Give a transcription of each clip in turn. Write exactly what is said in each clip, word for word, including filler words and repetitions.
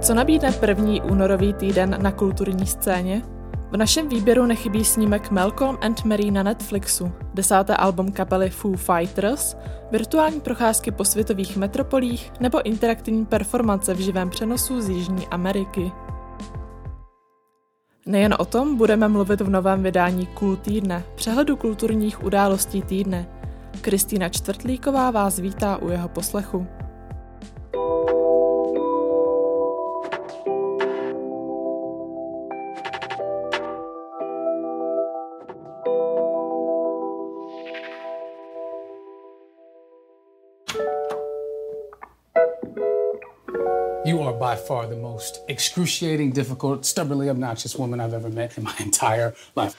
Co nabídne první únorový týden na kulturní scéně? V našem výběru nechybí snímek Malcolm and Mary na Netflixu, desáté album kapely Foo Fighters, virtuální procházky po světových metropolích nebo interaktivní performance v živém přenosu z Jižní Ameriky. Nejen o tom budeme mluvit v novém vydání Cool týdne, přehledu kulturních událostí týdne. Kristýna Čtvrtlíková vás vítá u jeho poslechu. You are by far the most excruciating, difficult, stubbornly obnoxious woman I've ever met in my entire life.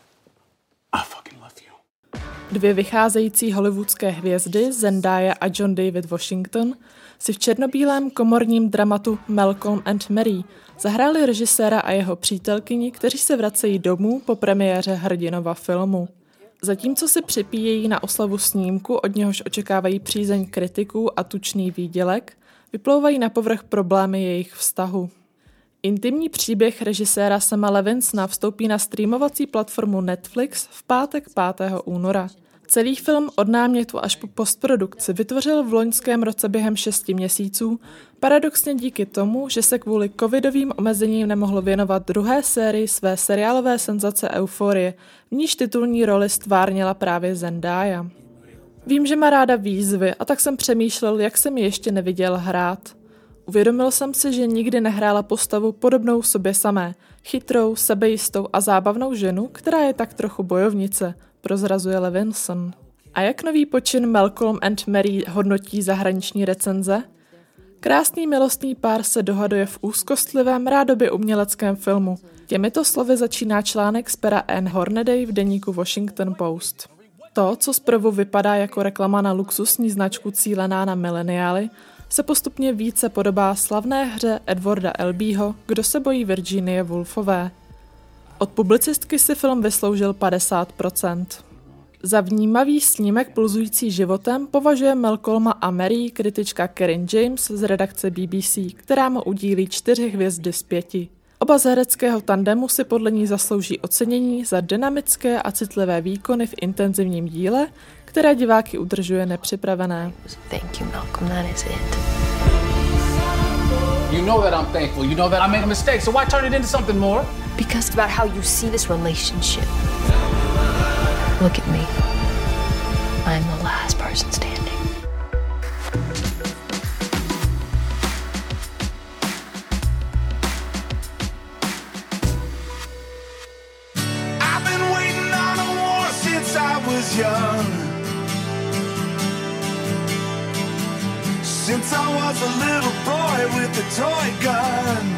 I fucking love you. Dvě vycházející hollywoodské hvězdy, Zendaya a John David Washington, si v černobílém komorním dramatu Malcolm and Mary zahráli režiséra a jeho přítelkyni, kteří se vracejí domů po premiéře hrdinova filmu. Zatímco si připíjejí na oslavu snímku, od něhož očekávají přízeň kritiků a tučný výdělek, vyplouvají na povrch problémy jejich vztahu. Intimní příběh režiséra Sama Levinsona vstoupí na streamovací platformu Netflix v pátek pátého února. Celý film od námětu až po postprodukci vytvořil v loňském roce během šesti měsíců, paradoxně díky tomu, že se kvůli covidovým omezením nemohlo věnovat druhé sérii své seriálové senzace Euforie, v níž titulní roli stvárnila právě Zendaya. Vím, že má ráda výzvy, a tak jsem přemýšlel, jak jsem ji ještě neviděl hrát. Uvědomil jsem si, že nikdy nehrála postavu podobnou sobě samé, chytrou, sebejistou a zábavnou ženu, která je tak trochu bojovnice, prozrazuje Levinson. A jak nový počin Malcolm and Mary hodnotí zahraniční recenze? Krásný milostný pár se dohaduje v úzkostlivém, rádoby uměleckém filmu. Těmito slovy začíná článek z pera Anne Hornaday v deníku Washington Post. To, co zprvu vypadá jako reklama na luxusní značku cílená na mileniály, se postupně více podobá slavné hře Edwarda Elbího Kdo se bojí Virginie Woolfové. Od publicistky si film vysloužil padesát procent. Za vnímavý snímek pulzující životem považuje Malcolma a Mary kritička Karen James z redakce B B C, která mu udílí čtyři hvězdy z pěti. Oba z hereckého tandemu si podle ní zaslouží ocenění za dynamické a citlivé výkony v intenzivním díle, které diváky udržuje nepřipravené. Thank you, Malcolm. That is it. You know that I'm thankful. You know that I made a mistake, so why turn it into something more? Because it's about how you see this relationship. Look at me. I'm the last person standing. Young. Since I was a little boy with a toy gun.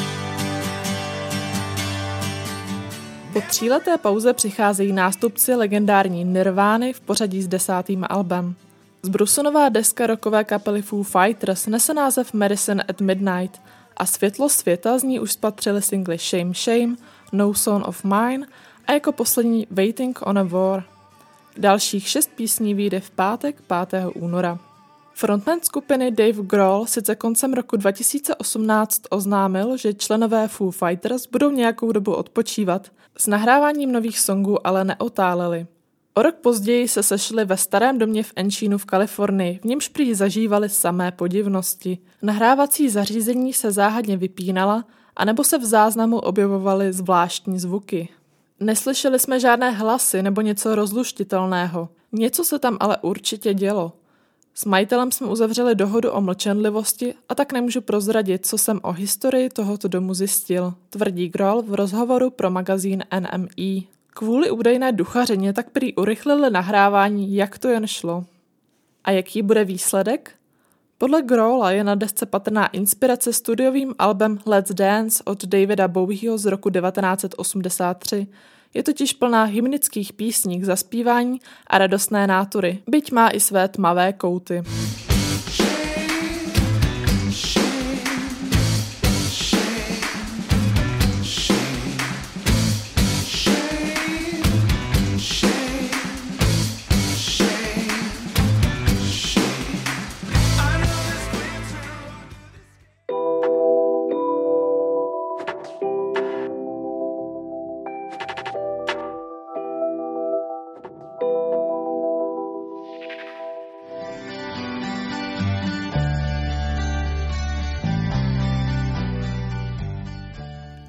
Po tříleté pauze přicházejí nástupci legendární Nirvány v pořadí s desátým albem. Zbrusunová deska rockové kapely Foo Fighters nese název Medicine at Midnight a světlo světa z ní už spatřili singly Shame Shame, No Son of Mine a jako poslední Waiting on a War. Dalších šest písní vyjde v pátek pátého února. Frontman skupiny Dave Grohl sice koncem roku dva tisíce osmnáct oznámil, že členové Foo Fighters budou nějakou dobu odpočívat. S nahráváním nových songů ale neotáleli. O rok později se sešli ve starém domě v Enchinu v Kalifornii, v němž prý zažívali samé podivnosti. Nahrávací zařízení se záhadně vypínala, anebo se v záznamu objevovaly zvláštní zvuky. Neslyšeli jsme žádné hlasy nebo něco rozluštitelného. Něco se tam ale určitě dělo. S majitelem jsme uzavřeli dohodu o mlčenlivosti a tak nemůžu prozradit, co jsem o historii tohoto domu zjistil, tvrdí Grohl v rozhovoru pro magazín N M E. Kvůli údajné duchařině tak prý urychlili nahrávání, jak to jen šlo. A jaký bude výsledek? Podle Grohla je na desce patrná inspirace studiovým albem Let's Dance od Davida Bowieho z roku devatenáct set osmdesát tři. Je totiž plná hymnických písní k zaspívání a radostné nátury, byť má i své tmavé kouty.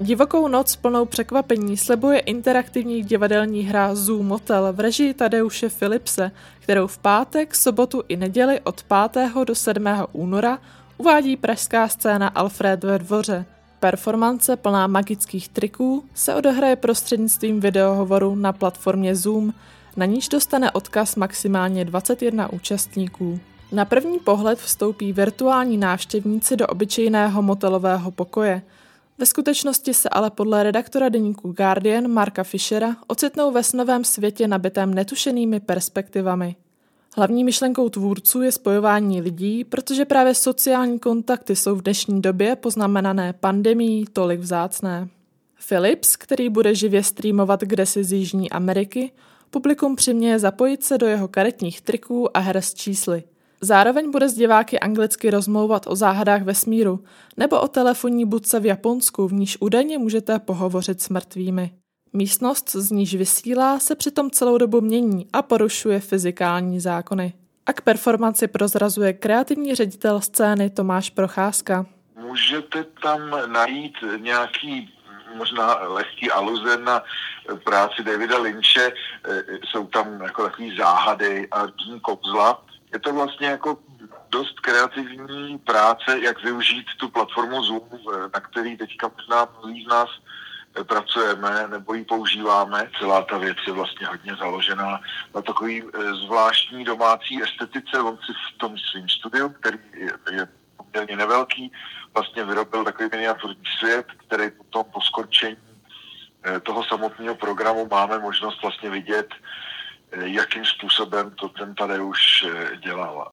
Divokou noc plnou překvapení slibuje interaktivní divadelní hra Zoo Motel v režii Tadeuše Philipse, kterou v pátek, sobotu i neděli od pátého do sedmého února uvádí pražská scéna Alfred ve Dvoře. Performance plná magických triků se odehraje prostřednictvím videohovoru na platformě Zoom, na níž dostane odkaz maximálně dvacet jedna účastníků. Na první pohled vstoupí virtuální návštěvníci do obyčejného motelového pokoje. Ve skutečnosti se ale podle redaktora deníku Guardian Marka Fischera ocitnou ve snovém světě nabitém netušenými perspektivami. Hlavní myšlenkou tvůrců je spojování lidí, protože právě sociální kontakty jsou v dnešní době poznamenané pandemií tolik vzácné. Philips, který bude živě streamovat kdesi z Jižní Ameriky, publikum přiměje zapojit se do jeho karetních triků a her s čísly. Zároveň bude s diváky anglicky rozmlouvat o záhadách vesmíru nebo o telefonní budce v Japonsku, v níž údajně můžete pohovořit s mrtvými. Místnost, z níž vysílá, se přitom celou dobu mění a porušuje fyzikální zákony. A k performanci prozrazuje kreativní ředitel scény Tomáš Procházka. Můžete tam najít nějaký možná lehký aluze na práci Davida Lynche, jsou tam jako takový záhady a kouzla. Je to vlastně jako dost kreativní práce, jak využít tu platformu Zoom, na který teďka možná mnozí z nás pracujeme nebo ji používáme. Celá ta věc je vlastně hodně založená na takový zvláštní domácí estetice. On si v tom svým studiu, který je, je poměrně nevelký, vlastně vyrobil takový miniaturní svět, který potom po skončení toho samotného programu máme možnost vlastně vidět, jakým způsobem to ten Tadeuš dělal.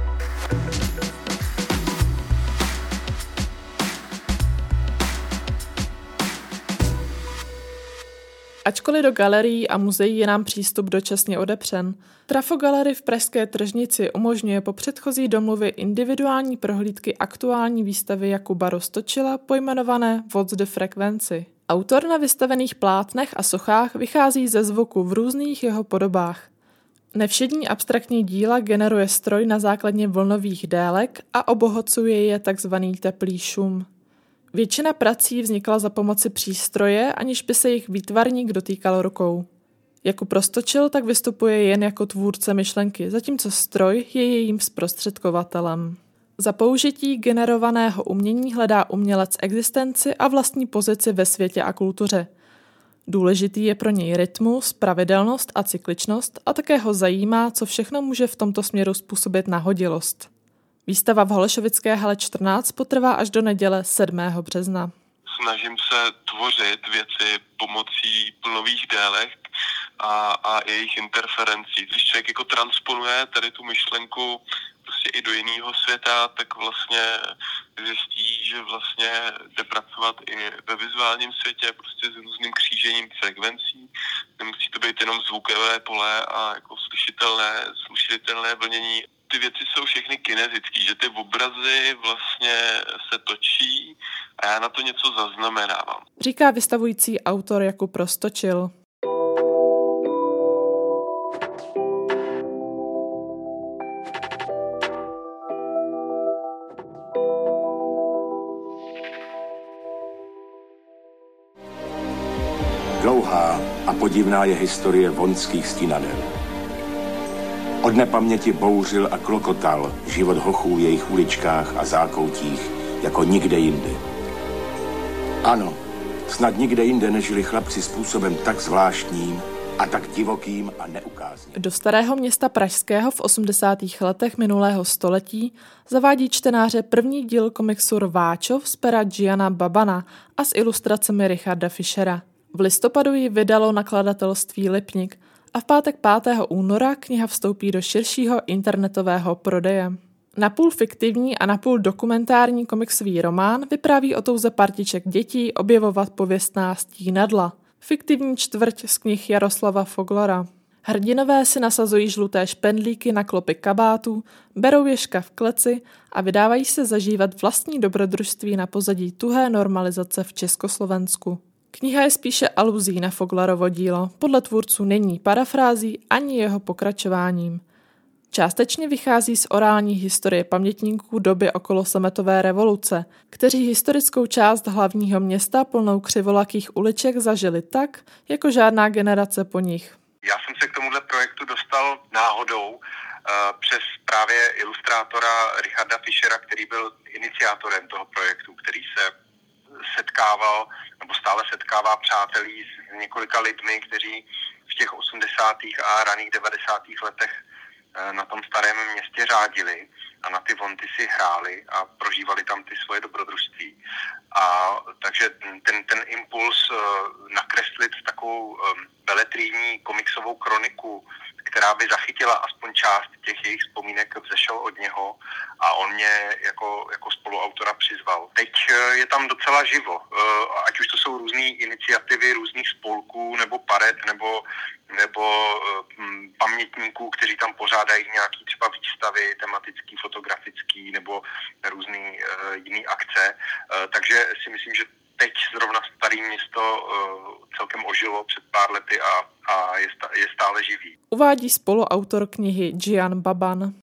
Ačkoliv do galerií a muzeí je nám přístup dočasně odepřen, Trafo Gallery v pražské Tržnici umožňuje po předchozí domluvě individuální prohlídky aktuální výstavy Jakuba Roztočila pojmenované What's the Frequency. Autor na vystavených plátnech a sochách vychází ze zvuku v různých jeho podobách. Nevšední abstraktní díla generuje stroj na základně vlnových délek a obohacuje je tzv. Teplý šum. Většina prací vznikla za pomoci přístroje, aniž by se jich výtvarník dotýkal rukou. Jakub Roztočil tak vystupuje jen jako tvůrce myšlenky, zatímco stroj je jejím zprostředkovatelem. Za použití generovaného umění hledá umělec existenci a vlastní pozici ve světě a kultuře. Důležitý je pro něj rytmus, pravidelnost a cykličnost a také ho zajímá, co všechno může v tomto směru způsobit nahodilost. Výstava v Holešovické hale čtrnáct potrvá až do neděle sedmého března. Snažím se tvořit věci pomocí plnových délek a, a jejich interferencí. Když člověk jako transponuje tady tu myšlenku prostě i do jiného světa, tak vlastně zjistí, že vlastně jde pracovat i ve vizuálním světě prostě s různým křížením frekvencí. Nemusí to být jenom zvukové pole a jako slyšitelné, slušitelné vlnění. Ty věci jsou všechny kinetické, že ty obrazy vlastně se točí a já na to něco zaznamenávám. Říká vystavující autor Jakub Roztočil. Dlouhá a podivná je historie vonských stínadel. Od nepaměti bouřil a klokotal život hochů v jejich uličkách a zákoutích jako nikde jinde. Ano, snad nikde jinde nežili chlapci způsobem tak zvláštním a tak divokým a neukázným. Do Starého Města pražského v osmdesátých letech minulého století zavádí čtenáře první díl komiksu Rváčov z pera Giana Babana a s ilustracemi Richarda Fischera. V listopadu ji vydalo nakladatelství Lipník a v pátek pátého února kniha vstoupí do širšího internetového prodeje. Napůl fiktivní a napůl dokumentární komiksový román vypráví o touze partiček dětí objevovat pověstná stínadla. Fiktivní čtvrť z knih Jaroslava Foglora. Hrdinové si nasazují žluté špendlíky na klopy kabátů, berou ježka v kleci a vydávají se zažívat vlastní dobrodružství na pozadí tuhé normalizace v Československu. Kniha je spíše aluzí na Foglarovo dílo, podle tvůrců není parafrází ani jeho pokračováním. Částečně vychází z orální historie pamětníků doby okolo sametové revoluce, kteří historickou část hlavního města plnou křivolakých uliček zažili tak, jako žádná generace po nich. Já jsem se k tomuhle projektu dostal náhodou uh, přes právě ilustrátora Richarda Fischera, který byl iniciátorem toho projektu, který se setkával nebo stále setkává přátelí s několika lidmi, kteří v těch osmdesátých a raných devadesátých letech na tom starém městě řádili a na ty vonty si hráli a prožívali tam ty svoje dobrodružství. A takže ten, ten impuls nakreslit takovou beletrijní komiksovou kroniku, která by zachytila aspoň část těch jejich vzpomínek, vzešel od něho a on mě jako, jako spoluautora přizval. Teď je tam docela živo, ať už to jsou různé iniciativy různých spolků nebo paret nebo, nebo hm, pamětníků, kteří tam pořádají nějaký třeba výstavy tematický, fotografický nebo různé uh, jiné akce. Uh, takže si myslím, že teď zrovna Staré město uh, celkem ožilo před pár lety a, a je, sta, je stále živý. Uvádí spoluautor knihy Gian Baban.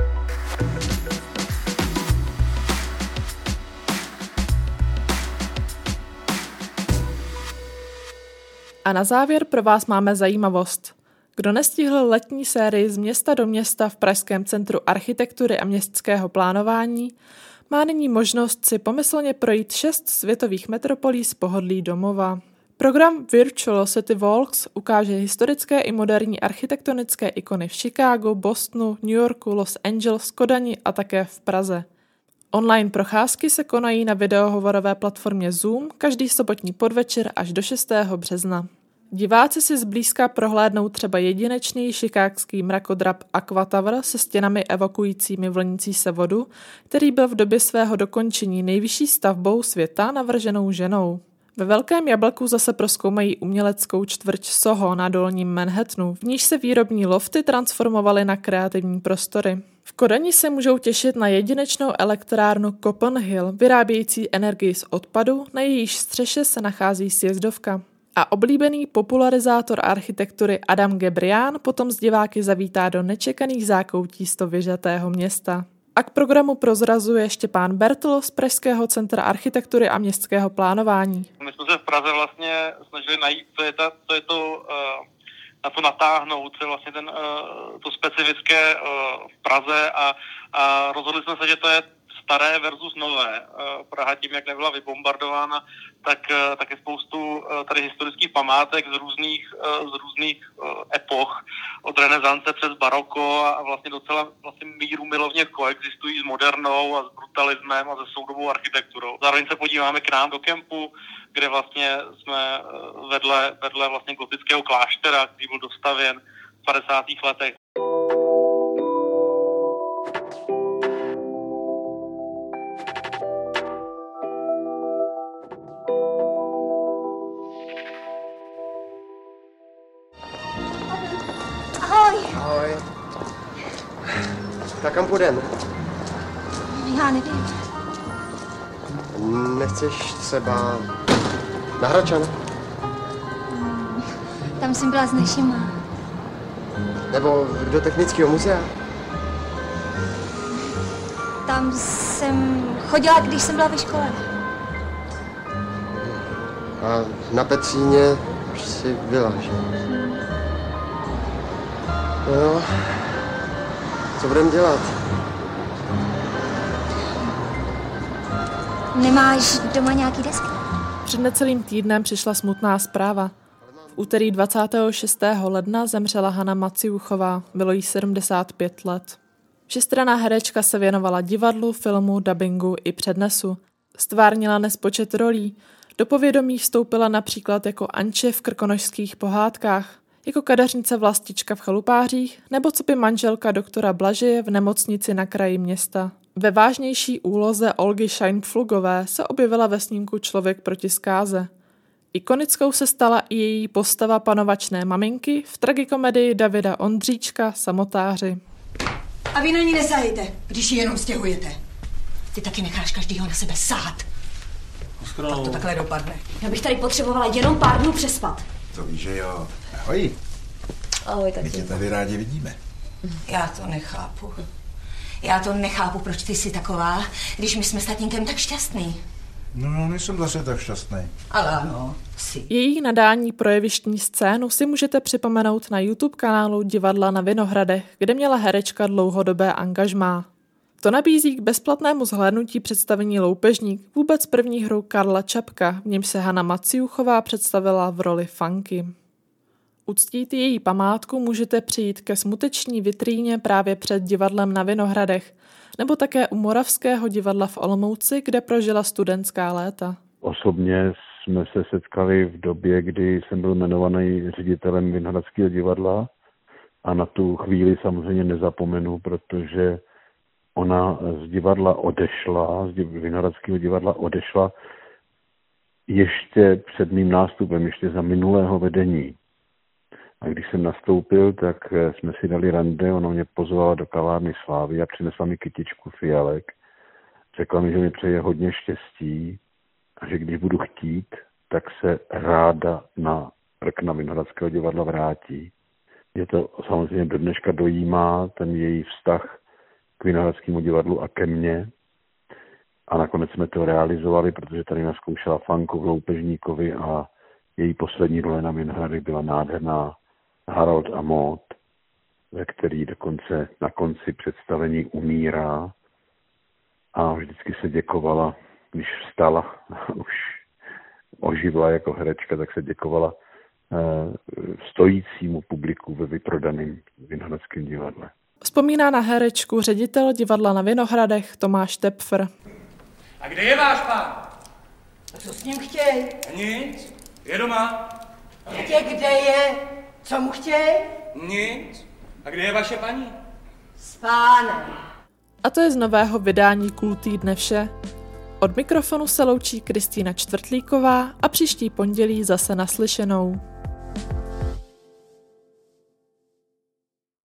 A na závěr pro vás máme zajímavost. Kdo nestihl letní sérii Z města do města v Pražském centru architektury a městského plánování, má nyní možnost si pomyslně projít šest světových metropolí z pohodlí domova. Program Virtual City Walks ukáže historické i moderní architektonické ikony v Chicagu, Bostonu, New Yorku, Los Angeles, Kodani a také v Praze. Online procházky se konají na videohovorové platformě Zoom každý sobotní podvečer až do šestého března. Diváci si zblízka prohlédnou třeba jedinečný chicagský mrakodrap Aqua Tower se stěnami evokujícími vlnící se vodu, který byl v době svého dokončení nejvyšší stavbou světa navrženou ženou. Ve Velkém jablku zase prozkoumají uměleckou čtvrť Soho na dolním Manhattanu, v níž se výrobní lofty transformovaly na kreativní prostory. V Kodani se můžou těšit na jedinečnou elektrárnu Coppin Hill, vyrábějící energii z odpadu, na jejíž střeše se nachází sjezdovka. A oblíbený popularizátor architektury Adam Gebrián potom s diváky zavítá do nečekaných zákoutí stovyžatého města. A k programu prozrazuje Štěpán Bertl z Pražského centra architektury a městského plánování. My jsme se v Praze vlastně snažili najít, co je, ta, co je to, na to natáhnout, co je vlastně ten, to specifické v Praze a, a rozhodli jsme se, že to je staré versus nové. Praha tím, jak nebyla vybombardována, tak, tak je spoustu tady historických památek z různých, z různých epoch, od renesance přes baroko a vlastně docela vlastně míru milovně koexistují s modernou a s brutalismem a se soudobou architekturou. Zároveň se podíváme k nám do kempu, kde vlastně jsme vedle, vedle vlastně gotického kláštera, který byl dostavěn v padesátých letech. Ahoj. Tak kam půjdeme? Já nevím. Nechceš třeba na Hradčan? Hmm, tam jsem byla s našima. Nebo do Technického muzea? Tam jsem chodila, když jsem byla ve škole. A na Petříně už jsi byla, že? No jo, co budeme dělat? Nemáš doma nějaký desky? Před necelým týdnem přišla smutná zpráva. V úterý dvacátého šestého ledna zemřela Hana Maciuchová, bylo jí sedmdesát pět let. Všestranná herečka se věnovala divadlu, filmu, dabingu i přednesu. Stvárnila nespočet rolí. Do povědomí vstoupila například jako Anče v Krkonošských pohádkách, jako kadeřnice Vlastička v Chalupářích nebo coby manželka doktora Blažeje v nemocnici na kraji města. Ve vážnější úloze Olgy Scheinpflugové se objevila ve snímku Člověk proti zkáze. Ikonickou se stala i její postava panovačné maminky v tragikomedii Davida Ondříčka Samotáři. A vy na ní nesahejte, když ji jenom stěhujete. Ty taky necháš každýho na sebe sát. Tak to takhle dopadne. Já bych tady potřebovala jenom pár dnů přespat. To víš, že jo. Ahoj. Ahoj, taky. My tě tady rádi vidíme. Já to nechápu. Já to nechápu, proč ty jsi taková, když my jsme s tatínkem tak šťastný. No, no, nejsem zase tak šťastný. Ale ano, jsi. Její nadání pro jevištní scénu si můžete připomenout na YouTube kanálu Divadla na Vinohradech, kde měla herečka dlouhodobé angažmá. To nabízí k bezplatnému zhlédnutí představení Loupežník, vůbec první hru Karla Čapka, v němž se Hana Maciuchová představila v roli Fanky. Uctít její památku můžete přijít ke smuteční vitríně právě před Divadlem na Vinohradech, nebo také u Moravského divadla v Olomouci, kde prožila studentská léta. Osobně jsme se setkali v době, kdy jsem byl jmenovaný ředitelem Vinohradského divadla a na tu chvíli samozřejmě nezapomenu, protože ona z divadla odešla, z Vinohradského divadla odešla ještě před mým nástupem, ještě za minulého vedení. A když jsem nastoupil, tak jsme si dali rande, ona mě pozvala do kavárny Slávy a přinesla mi kytičku fialek. Řekla mi, že mi přeje hodně štěstí a že když budu chtít, tak se ráda na prkna Vinohradského divadla vrátí. Je to samozřejmě do dneška dojímá ten její vztah k Vinohradskému divadlu a ke mně. A nakonec jsme to realizovali, protože tady naskoušela Fanku v Loupežníkovi a její poslední role na Vinohradech byla nádherná Harold a Maud, ve který dokonce na konci představení umírá a vždycky se děkovala, když vstala, už oživla jako herečka, tak se děkovala eh, stojícímu publiku ve vyprodaném Vinohradském divadle. Vzpomíná na herečku ředitel Divadla na Vinohradech Tomáš Tepfr. A kde je váš pán? A co s ním chtěj? Nic, je doma. Tě, kde je? Co mu chtěj? Nic. A kde je vaše paní? S pánem. A to je z nového vydání Cool týdne vše. Od mikrofonu se loučí Kristýna Čtvrtlíková a příští pondělí zase naslyšenou.